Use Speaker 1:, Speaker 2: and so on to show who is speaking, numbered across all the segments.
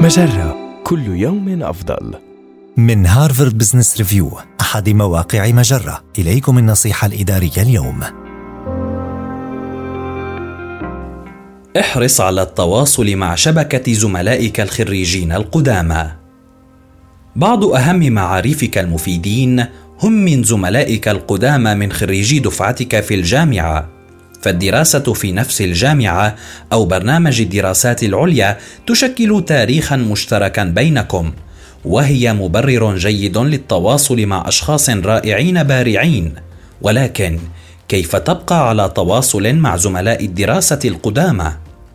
Speaker 1: مجرة، كل يوم أفضل.
Speaker 2: من هارفارد بزنس ريفيو، أحد مواقع مجرة، إليكم النصيحة الإدارية اليوم.
Speaker 3: احرص على التواصل مع شبكة زملائك الخريجين القدامى. بعض أهم معارفك المفيدين هم من زملائك القدامى من خريجي دفعتك في الجامعة، فالدراسة في نفس الجامعة أو برنامج الدراسات العليا تشكل تاريخاً مشتركاً بينكم، وهي مبرر جيد للتواصل مع أشخاص رائعين بارعين. ولكن كيف تبقى على تواصل مع زملاء الدراسة القدامى؟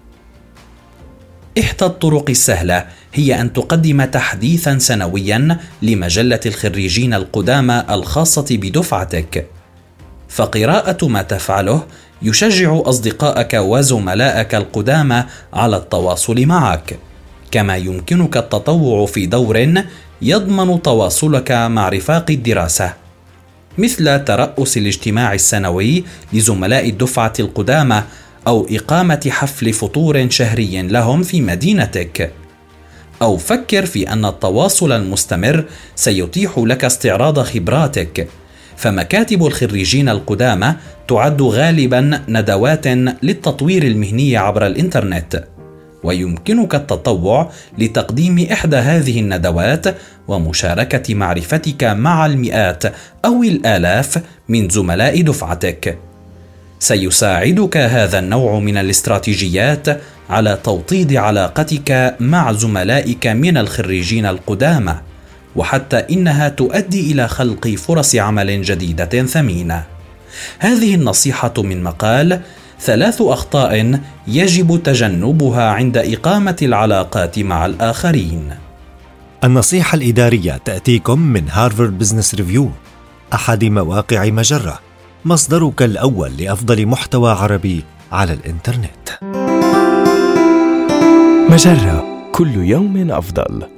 Speaker 3: إحدى الطرق السهلة هي أن تقدم تحديثاً سنوياً لمجلة الخريجين القدامى الخاصة بدفعتك، فقراءة ما تفعله يشجع أصدقائك وزملائك القدامى على التواصل معك، كما يمكنك التطوع في دور يضمن تواصلك مع رفاق الدراسة، مثل ترأس الاجتماع السنوي لزملاء الدفعة القدامى أو إقامة حفل فطور شهري لهم في مدينتك. أو فكر في أن التواصل المستمر سيتيح لك استعراض خبراتك، فمكاتب الخريجين القدامى تعد غالبا ندوات للتطوير المهني عبر الإنترنت، ويمكنك التطوع لتقديم إحدى هذه الندوات ومشاركة معرفتك مع المئات أو الآلاف من زملاء دفعتك. سيساعدك هذا النوع من الاستراتيجيات على توطيد علاقتك مع زملائك من الخريجين القدامى، وحتى إنها تؤدي إلى خلق فرص عمل جديدة ثمينة. هذه النصيحة من مقال 3 أخطاء يجب تجنبها عند إقامة العلاقات مع الآخرين.
Speaker 2: النصيحة الإدارية تأتيكم من هارفارد بزنس ريفيو، أحد مواقع مجرة، مصدرك الأول لأفضل محتوى عربي على الإنترنت.
Speaker 1: مجرة، كل يوم أفضل.